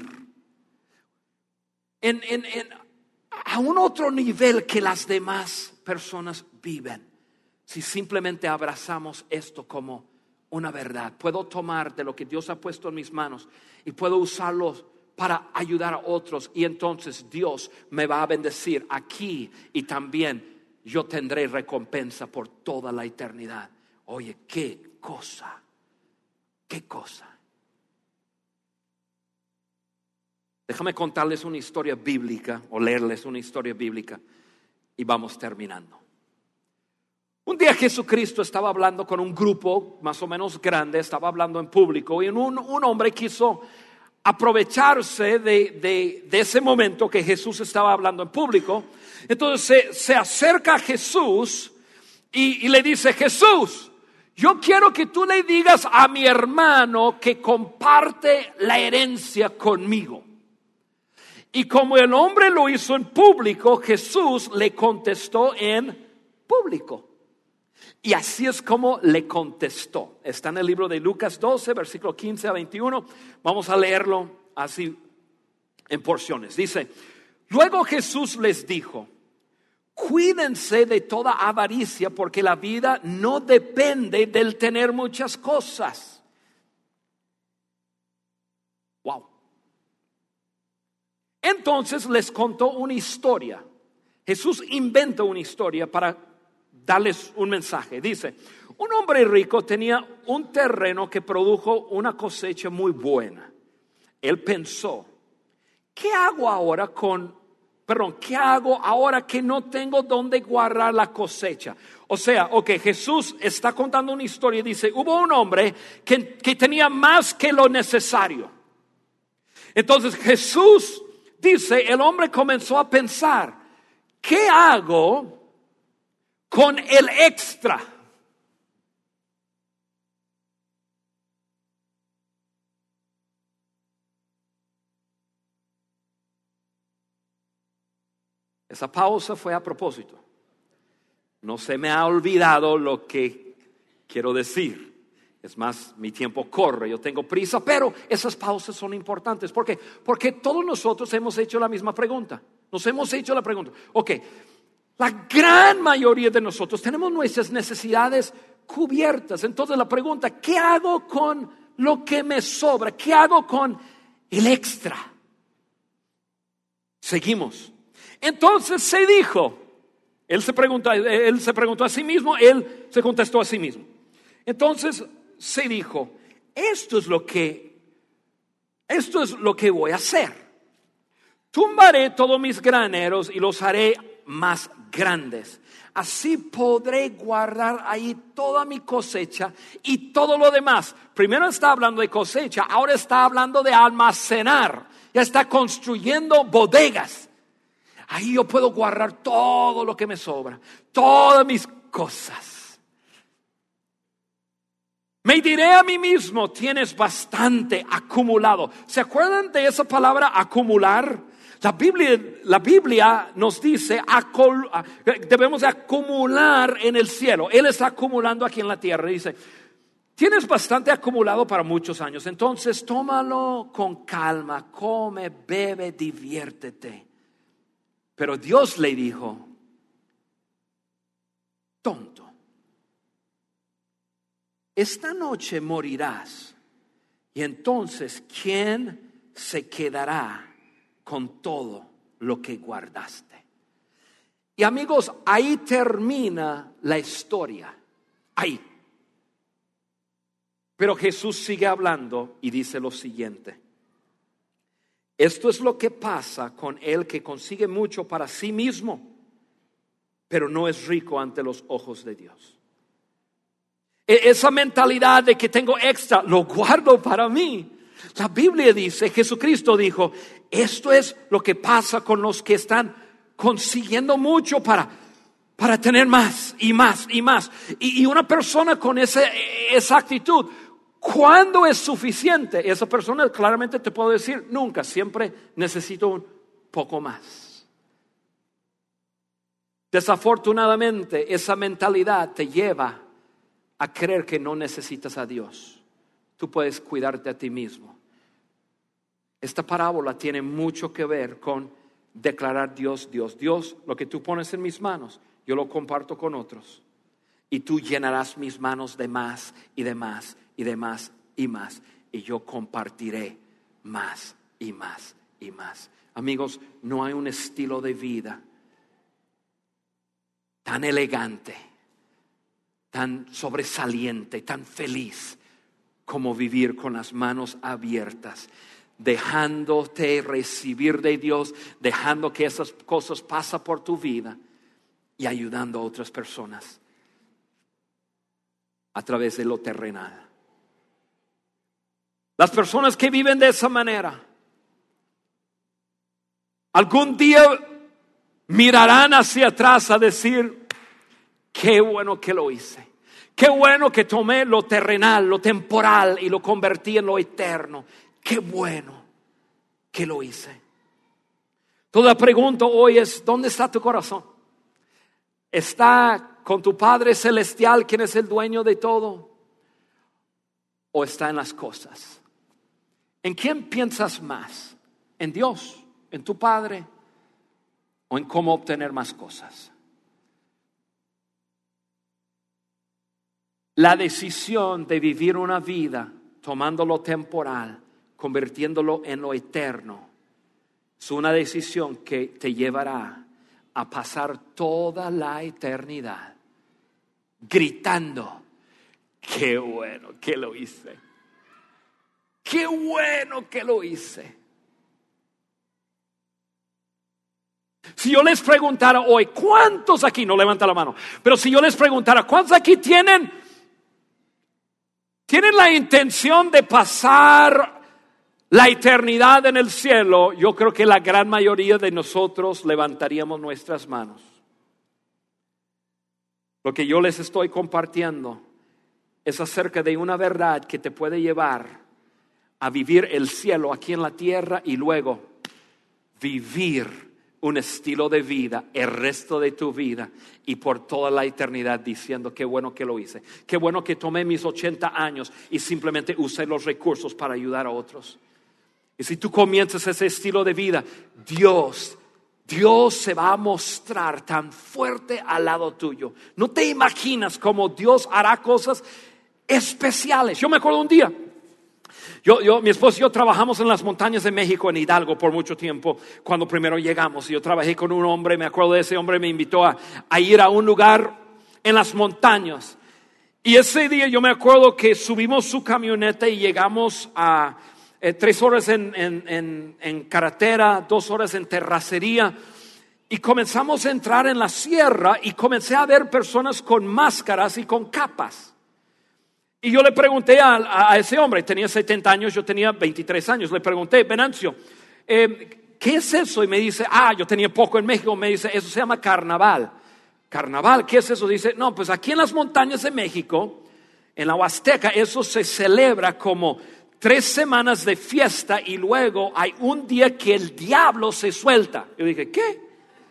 S1: en, en, en, a un otro nivel que las demás personas viven, si simplemente abrazamos esto como una verdad. Puedo tomar de lo que Dios ha puesto en mis manos y puedo usarlo para ayudar a otros, y entonces Dios me va a bendecir aquí y también yo tendré recompensa por toda la eternidad. Oye, qué cosa, qué cosa. Déjame contarles una historia bíblica o leerles una historia bíblica y vamos terminando. Un día Jesucristo estaba hablando con un grupo más o menos grande, estaba hablando en público, y un, un hombre quiso aprovecharse de, de, de ese momento que Jesús estaba hablando en público. Entonces se, se acerca a Jesús y, y le dice: Jesús, yo quiero que tú le digas a mi hermano que comparte la herencia conmigo. Y como el hombre lo hizo en público, Jesús le contestó en público. Y así es como le contestó. Está en el libro de Lucas doce, versículo quince a veintiuno. Vamos a leerlo así en porciones. Dice: luego Jesús les dijo: cuídense de toda avaricia, porque la vida no depende del tener muchas cosas. Wow. Entonces les contó una historia. Jesús inventa una historia para darles un mensaje. Dice: un hombre rico tenía un terreno que produjo una cosecha muy buena. Él pensó: ¿qué hago ahora con, perdón, qué hago ahora que no tengo dónde guardar la cosecha? O sea, ok, Jesús está contando una historia y dice: hubo un hombre que, que tenía más que lo necesario. Entonces Jesús dice, el hombre comenzó a pensar: ¿qué hago con el extra? Esa pausa fue a propósito. No se me ha olvidado lo que quiero decir. Es más, mi tiempo corre, yo tengo prisa, pero esas pausas son importantes. ¿Por qué? Porque todos nosotros hemos hecho la misma pregunta. Nos hemos hecho la pregunta. Ok, la gran mayoría de nosotros tenemos nuestras necesidades cubiertas. Entonces la pregunta: ¿qué hago con lo que me sobra? ¿Qué hago con el extra? Seguimos. Entonces se dijo, él se preguntó, él se preguntó a sí mismo, él se contestó a sí mismo. Entonces se dijo: esto es lo que, esto es lo que voy a hacer. Tumbaré todos mis graneros y los haré más grandes. Así podré guardar ahí toda mi cosecha y todo lo demás. Primero está hablando de cosecha, ahora está hablando de almacenar. Ya está construyendo bodegas. Ahí yo puedo guardar todo lo que me sobra, todas mis cosas. Me diré a mí mismo, tienes bastante acumulado. ¿Se acuerdan de esa palabra acumular? La Biblia, la Biblia nos dice acol, debemos de acumular en el cielo. Él está acumulando aquí en la tierra. Dice, tienes bastante acumulado para muchos años. Entonces tómalo con calma, come, bebe, diviértete. Pero Dios le dijo, tonto, esta noche morirás. Y entonces, ¿quién se quedará con todo lo que guardaste? Y amigos, ahí termina la historia. Ahí. Pero Jesús sigue hablando y dice lo siguiente. Esto es lo que pasa con el que consigue mucho para sí mismo, pero no es rico ante los ojos de Dios. Esa mentalidad de que tengo extra, lo guardo para mí. La Biblia dice, Jesucristo dijo, esto es lo que pasa con los que están consiguiendo mucho para, para tener más y más y más. Y, y una persona con ese, esa actitud, ¿cuándo es suficiente? Esa persona claramente te puedo decir, nunca, siempre necesito un poco más. Desafortunadamente, esa mentalidad te lleva a creer que no necesitas a Dios. Tú puedes cuidarte a ti mismo. Esta parábola tiene mucho que ver con declarar Dios, Dios, Dios, lo que tú pones en mis manos, yo lo comparto con otros. Y tú llenarás mis manos de más y de más y de más y más. Y yo compartiré más y más y más. Amigos, no hay un estilo de vida tan elegante, tan sobresaliente, tan feliz como vivir con las manos abiertas, dejándote recibir de Dios, dejando que esas cosas pasen por tu vida y ayudando a otras personas a través de lo terrenal. Las personas que viven de esa manera, algún día mirarán hacia atrás a decir, qué bueno que lo hice. Qué bueno que tomé lo terrenal, lo temporal y lo convertí en lo eterno. Qué bueno que lo hice. Toda pregunta hoy es, ¿dónde está tu corazón? ¿Está con tu Padre Celestial, quien es el dueño de todo? ¿O está en las cosas? ¿En quién piensas más? ¿En Dios? ¿En tu Padre? ¿O en cómo obtener más cosas? La decisión de vivir una vida tomando lo temporal, convirtiéndolo en lo eterno, es una decisión que te llevará a pasar toda la eternidad gritando, qué bueno que lo hice, qué bueno que lo hice. Si yo les preguntara hoy, ¿cuántos aquí? No levanta la mano, pero si yo les preguntara, ¿cuántos aquí tienen Tienen la intención de pasar la eternidad en el cielo? Yo creo que la gran mayoría de nosotros levantaríamos nuestras manos. Lo que yo les estoy compartiendo es acerca de una verdad que te puede llevar a vivir el cielo aquí en la tierra y luego vivir un estilo de vida el resto de tu vida y por toda la eternidad diciendo qué bueno que lo hice, qué bueno que tomé mis ochenta años y simplemente usé los recursos para ayudar a otros. Y si tú comienzas ese estilo de vida, Dios Dios se va a mostrar tan fuerte al lado tuyo. No te imaginas cómo Dios hará cosas especiales. Yo me acuerdo un día, Yo, yo, mi esposo y yo trabajamos en las montañas de México, en Hidalgo, por mucho tiempo. Cuando primero llegamos, yo trabajé con un hombre, me acuerdo de ese hombre, me invitó a, a ir a un lugar en las montañas. Y ese día yo me acuerdo que subimos su camioneta y llegamos a eh, tres horas en, en, en, en carretera, dos horas en terracería. Y comenzamos a entrar en la sierra y comencé a ver personas con máscaras y con capas. Y yo le pregunté a, a ese hombre, tenía setenta años, yo tenía veintitrés años, le pregunté, Venancio, eh, ¿qué es eso? Y me dice, ah, yo tenía poco en México, me dice, eso se llama carnaval. Carnaval, ¿qué es eso? Dice, no, pues aquí en las montañas de México, en la Huasteca, eso se celebra como tres semanas de fiesta y luego hay un día que el diablo se suelta. Yo dije, ¿qué?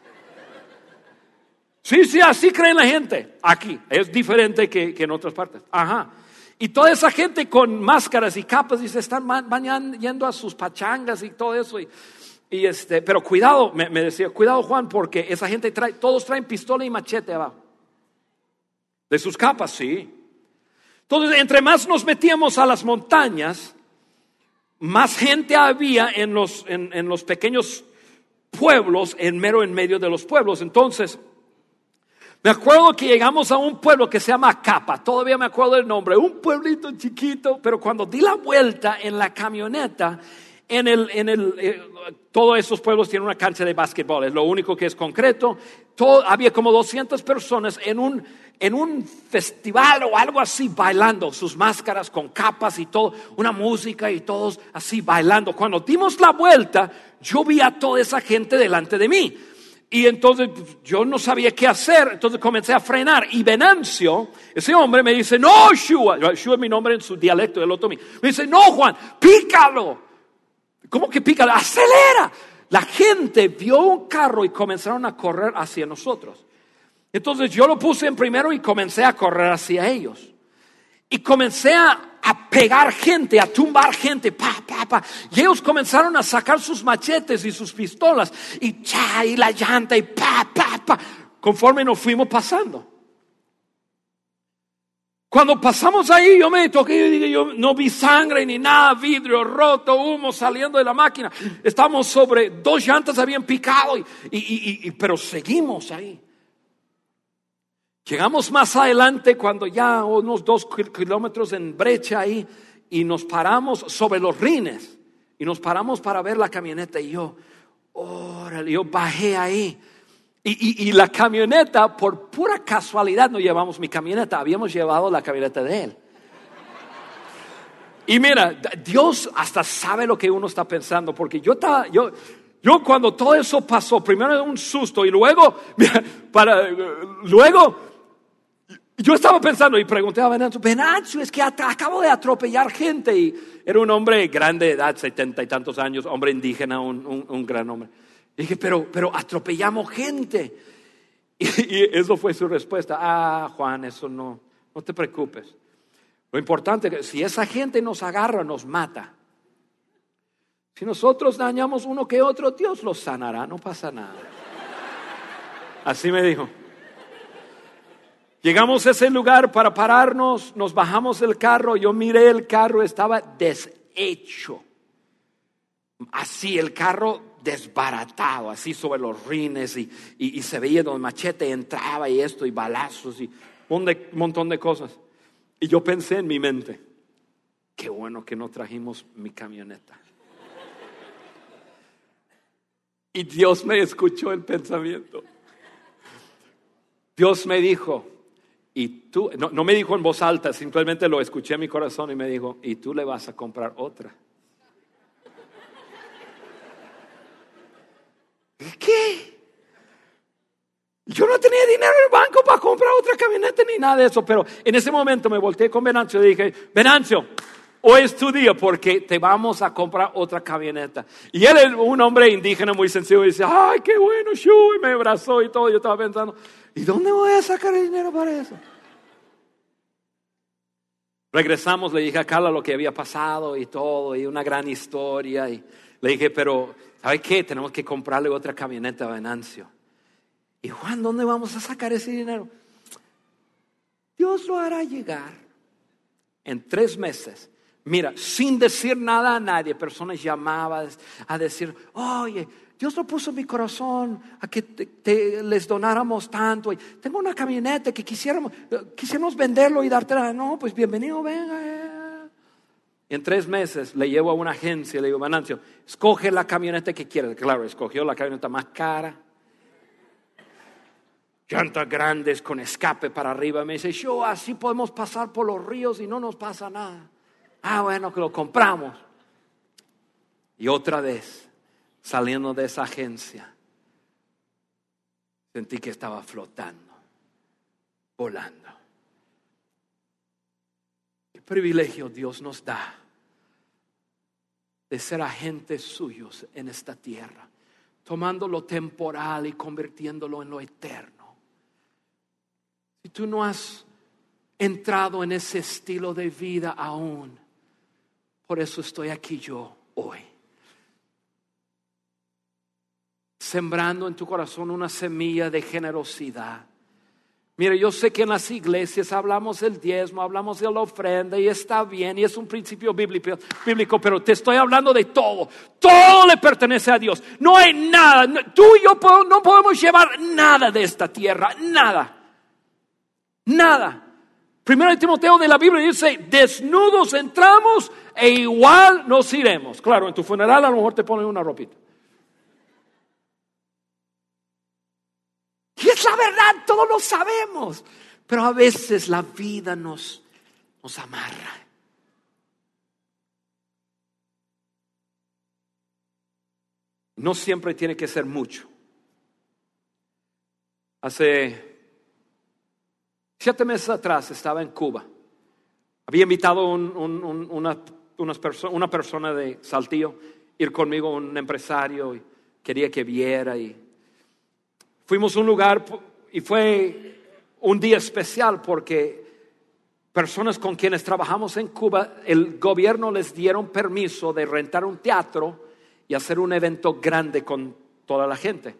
S1: Sí, sí, así cree la gente. Aquí es diferente que, que en otras partes. Ajá. Y toda esa gente con máscaras y capas dice, están van yendo a sus pachangas y todo eso. Y, y este, pero cuidado, me, me decía, cuidado Juan, porque esa gente trae, todos traen pistola y machete abajo. De sus capas, sí. Entonces, entre más nos metíamos a las montañas, más gente había en los, en, en los pequeños pueblos, en mero en medio de los pueblos. Entonces, me acuerdo que llegamos a un pueblo que se llama Capa, todavía me acuerdo el nombre, un pueblito chiquito, pero cuando di la vuelta en la camioneta, en el, en el, eh, todos esos pueblos tienen una cancha de básquetbol, es lo único que es concreto. Todo, había como doscientas personas en un, en un festival o algo así bailando, sus máscaras con capas y todo, una música y todos así bailando. Cuando dimos la vuelta, yo vi a toda esa gente delante de mí. Y entonces yo no sabía qué hacer, entonces comencé a frenar. Y Venancio, ese hombre me dice, no, Shua, Shua es mi nombre en su dialecto, el otro mío. Me dice, no, Juan, pícalo. ¿Cómo que pícalo? Acelera. La gente vio un carro y comenzaron a correr hacia nosotros. Entonces yo lo puse en primero y comencé a correr hacia ellos. Y comencé a, a pegar gente, a tumbar gente, pa, pa, pa. Y ellos comenzaron a sacar sus machetes y sus pistolas, y cha, y la llanta, y pa, pa, pa, conforme nos fuimos pasando. Cuando pasamos ahí, yo me toqué y dije, yo no vi sangre ni nada, vidrio roto, humo saliendo de la máquina. Estamos sobre, dos llantas habían picado, y, y, y, y, pero seguimos ahí. Llegamos más adelante cuando ya unos dos kilómetros en brecha ahí y nos paramos sobre los rines y nos paramos para ver la camioneta y yo, órale, yo bajé ahí y, y, y la camioneta, por pura casualidad no llevamos mi camioneta, habíamos llevado la camioneta de él. Y mira, Dios hasta sabe lo que uno está pensando, porque yo estaba, yo, yo cuando todo eso pasó, primero un susto y luego, mira, para, luego yo estaba pensando y pregunté a Venancio, Venancio, es que acabo de atropellar gente. Y era un hombre grande de edad, setenta y tantos años, hombre indígena, un, un, un gran hombre. Y dije, pero, pero atropellamos gente. Y, y eso fue su respuesta. Ah, Juan, eso no, no te preocupes. Lo importante es que si esa gente nos agarra, nos mata. Si nosotros dañamos uno que otro, Dios los sanará, no pasa nada. Así me dijo. Llegamos a ese lugar para pararnos, nos bajamos del carro, yo miré el carro, estaba deshecho. Así el carro desbaratado, así sobre los rines y, y, y se veía donde el machete entraba y esto y balazos y un de, montón de cosas. Y yo pensé en mi mente, qué bueno que no trajimos mi camioneta. Y Dios me escuchó el pensamiento. Dios me dijo, y tú, no, no me dijo en voz alta, simplemente lo escuché en mi corazón y me dijo, y tú le vas a comprar otra. ¿Qué? Yo no tenía dinero en el banco para comprar otra camioneta ni nada de eso, pero en ese momento me volteé con Venancio y dije, Venancio, hoy es tu día porque te vamos a comprar otra camioneta. Y él es un hombre indígena muy sencillo y dice, ay, qué bueno, Shu, y me abrazó y todo. Yo estaba pensando, ¿y dónde voy a sacar el dinero para eso? Regresamos, le dije a Carla lo que había pasado y todo, y una gran historia. Y le dije, pero, ¿sabe qué? Tenemos que comprarle otra camioneta a Venancio. Y Juan, ¿dónde vamos a sacar ese dinero? Dios lo hará llegar en tres meses. Mira, sin decir nada a nadie, personas llamaban a decir, oye, Dios lo puso en mi corazón a que te, te, les donáramos tanto. Y tengo una camioneta que quisiéramos, quisiéramos venderlo y dártela. No, pues bienvenido, venga. En tres meses le llevo a una agencia y le digo, Venancio, escoge la camioneta que quieras. Claro, escogió la camioneta más cara, llantas grandes con escape para arriba. Me dice, yo así podemos pasar por los ríos y no nos pasa nada. Ah, bueno, que lo compramos. Y otra vez, saliendo de esa agencia, sentí que estaba flotando, volando. Qué privilegio Dios nos da de ser agentes suyos en esta tierra, tomando lo temporal y convirtiéndolo en lo eterno. Si tú no has entrado en ese estilo de vida aún, por eso estoy aquí yo hoy, sembrando en tu corazón una semilla de generosidad. Mire, yo sé que en las iglesias hablamos del diezmo, hablamos de la ofrenda y está bien y es un principio bíblico, bíblico, pero te estoy hablando de todo. Todo le pertenece a Dios. No hay nada, tú y yo no podemos llevar nada de esta tierra, nada, nada. Primero de Timoteo de la Biblia dice, desnudos entramos e igual nos iremos. Claro, en tu funeral a lo mejor te ponen una ropita. Y es la verdad, todos lo sabemos. Pero a veces la vida nos, nos amarra. No siempre tiene que ser mucho. Hace siete meses atrás estaba en Cuba. Había invitado un, un, un, una, unas perso- una persona de Saltillo ir conmigo, un empresario, y quería que viera y fuimos a un lugar y fue un día especial porque personas con quienes trabajamos en Cuba, el gobierno les dieron permiso de rentar un teatro y hacer un evento grande con toda la gente.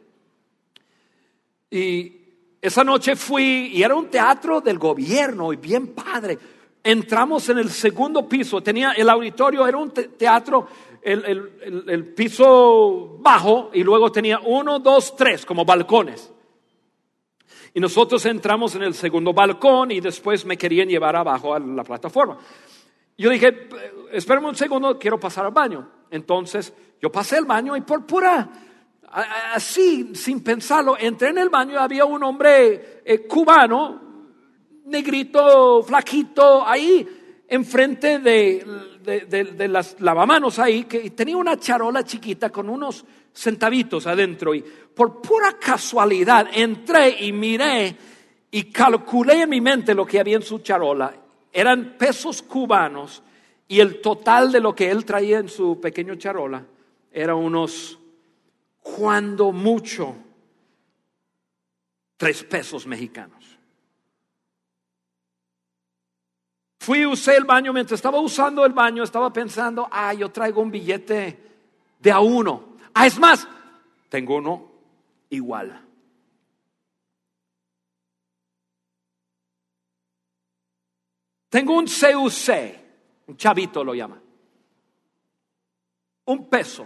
S1: Y esa noche fui y era un teatro del gobierno y bien padre. Entramos en el segundo piso, tenía el auditorio, era un teatro, el, el, el, el piso bajo y luego tenía uno, dos, tres como balcones. Y nosotros entramos en el segundo balcón y después me querían llevar abajo a la plataforma. Yo dije, espérame un segundo, quiero pasar al baño. Entonces yo pasé al baño y por pura, así sin pensarlo, entré en el baño y había un hombre eh, cubano, negrito, flaquito, ahí enfrente de, de, de, de las lavamanos ahí, que tenía una charola chiquita con unos centavitos adentro. Y por pura casualidad entré y miré y calculé en mi mente lo que había en su charola. Eran pesos cubanos y el total de lo que él traía en su pequeño charola era unos, cuando mucho, tres pesos mexicanos. Fui y usé el baño. Mientras estaba usando el baño estaba pensando, ah, yo traigo un billete de a uno. Ah, es más, tengo uno igual. Tengo un C U C, un chavito lo llama. Un peso.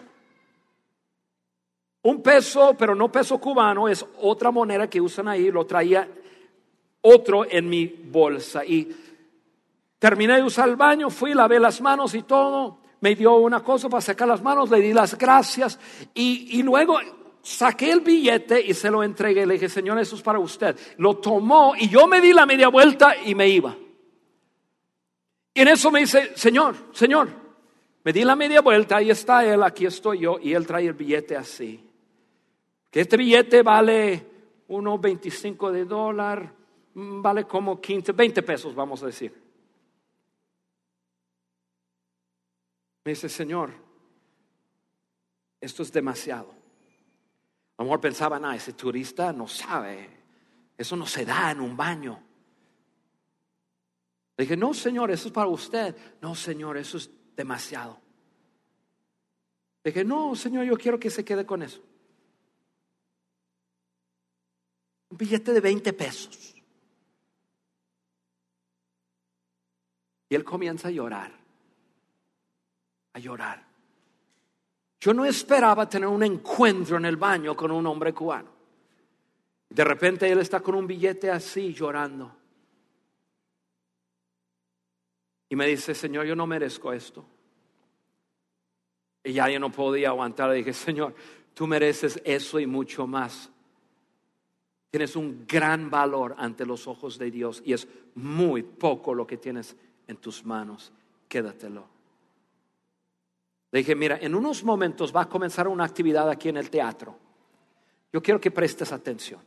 S1: Un peso, pero no peso cubano, es otra moneda que usan ahí. Lo traía otro en mi bolsa y terminé de usar el baño, fui, lavé las manos y todo. Me dio una cosa para sacar las manos, le di las gracias y, y luego saqué el billete y se lo entregué. Le dije, Señor, eso es para usted. Lo tomó y yo me di la media vuelta y me iba. Y en eso me dice, Señor, Señor, me di la media vuelta, ahí está él, aquí estoy yo. Y él trae el billete así. Que este billete vale uno veinticinco de dólar, vale como quince, veinte pesos, vamos a decir. Me dice, Señor, esto es demasiado. A lo mejor pensaban, ah, ese turista no sabe, eso no se da en un baño. Le dije, no, Señor, eso es para usted. No, Señor, eso es demasiado. Le dije, no, Señor, yo quiero que se quede con eso. Un billete de veinte pesos. Y él comienza a llorar. A llorar. Yo no esperaba tener un encuentro en el baño con un hombre cubano. De repente él está con un billete así llorando. Y me dice, Señor, yo no merezco esto. Y ya yo no podía aguantar. Le dije, Señor, tú mereces eso y mucho más. tienes un gran valor ante los ojos de Dios y es muy poco lo que tienes en tus manos. Quédatelo. Le dije, mira, en unos momentos va a comenzar una actividad aquí en el teatro. Yo quiero que prestes atención.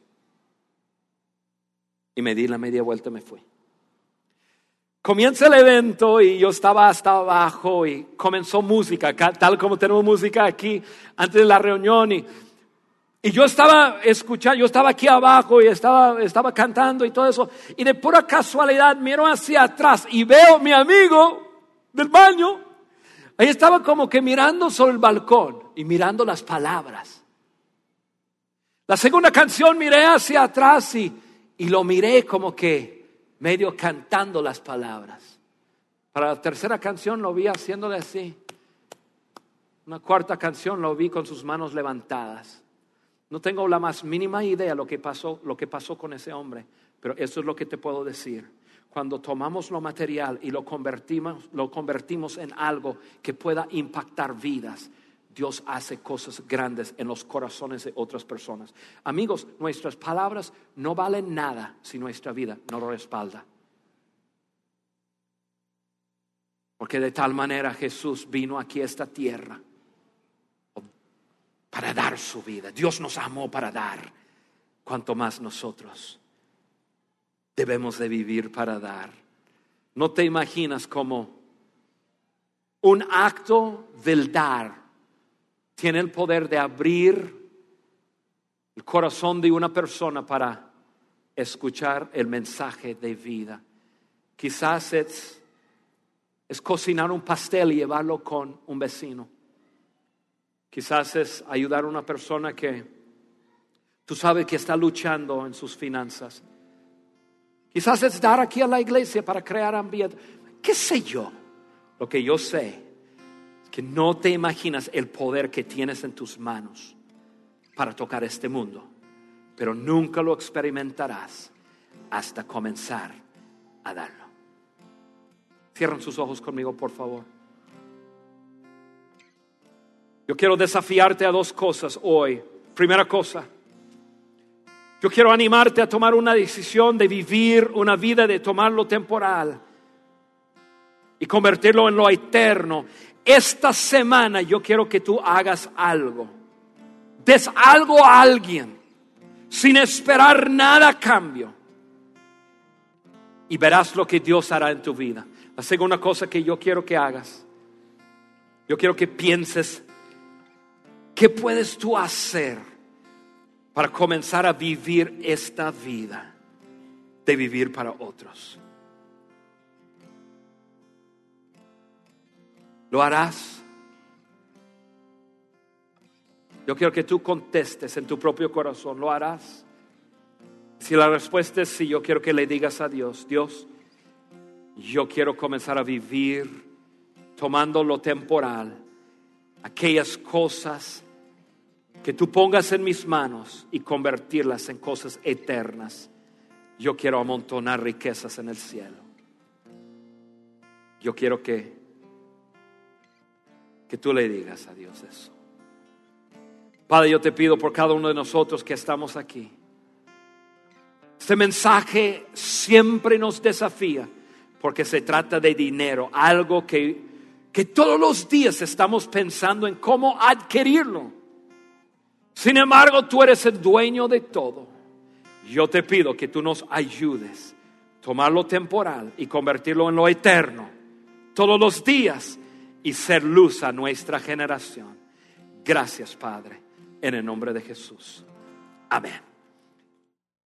S1: Y me di la media vuelta y me fui. Comienza el evento y yo estaba hasta abajo y comenzó música, tal como tenemos música aquí antes de la reunión. Y, y yo estaba escuchando, yo estaba aquí abajo y estaba, estaba cantando y todo eso. Y de pura casualidad miro hacia atrás y veo a mi amigo del baño. Ahí estaba como que mirando sobre el balcón y mirando las palabras. La segunda canción miré hacia atrás y, y lo miré como que medio cantando las palabras. Para la tercera canción lo vi haciéndole así. Una cuarta canción lo vi con sus manos levantadas. No tengo la más mínima idea lo que pasó, lo que pasó con ese hombre, pero eso es lo que te puedo decir. Cuando tomamos lo material y lo convertimos, lo convertimos en algo que pueda impactar vidas, Dios hace cosas grandes en los corazones de otras personas. Amigos, nuestras palabras no valen nada si nuestra vida no lo respalda. Porque de tal manera Jesús vino aquí a esta tierra para dar su vida. Dios nos amó para dar, cuanto más nosotros debemos de vivir para dar. No te imaginas cómo un acto del dar tiene el poder de abrir el corazón de una persona para escuchar el mensaje de vida. Quizás es, es cocinar un pastel y llevarlo con un vecino. Quizás es ayudar a una persona que tú sabes que está luchando en sus finanzas. Quizás es dar aquí a la iglesia para crear ambiente. ¿Qué sé yo? Lo que yo sé es que no te imaginas el poder que tienes en tus manos para tocar este mundo, pero nunca lo experimentarás hasta comenzar a darlo. Cierren sus ojos conmigo, por favor. Yo quiero desafiarte a dos cosas hoy. Primera cosa, yo quiero animarte a tomar una decisión de vivir una vida, de tomar lo temporal y convertirlo en lo eterno. Esta semana yo quiero que tú hagas algo. Des algo a alguien sin esperar nada a cambio. Y verás lo que Dios hará en tu vida. La segunda cosa que yo quiero que hagas, yo quiero que pienses, ¿qué puedes tú hacer para comenzar a vivir esta vida de vivir para otros? ¿Lo harás? Yo quiero que tú contestes en tu propio corazón, ¿lo harás? Si la respuesta es sí, yo quiero que le digas a Dios, Dios, yo quiero comenzar a vivir tomando lo temporal, aquellas cosas que tú pongas en mis manos y convertirlas en cosas eternas. Yo quiero amontonar riquezas en el cielo. Yo quiero que que tú le digas a Dios eso. Padre, yo te pido por cada uno de nosotros que estamos aquí. Este mensaje siempre nos desafía porque se trata de dinero, algo que, que todos los días estamos pensando en cómo adquirirlo. Sin embargo, tú eres el dueño de todo. Yo te pido que tú nos ayudes a tomar lo temporal y convertirlo en lo eterno todos los días y ser luz a nuestra generación. Gracias, Padre, en el nombre de Jesús. Amén.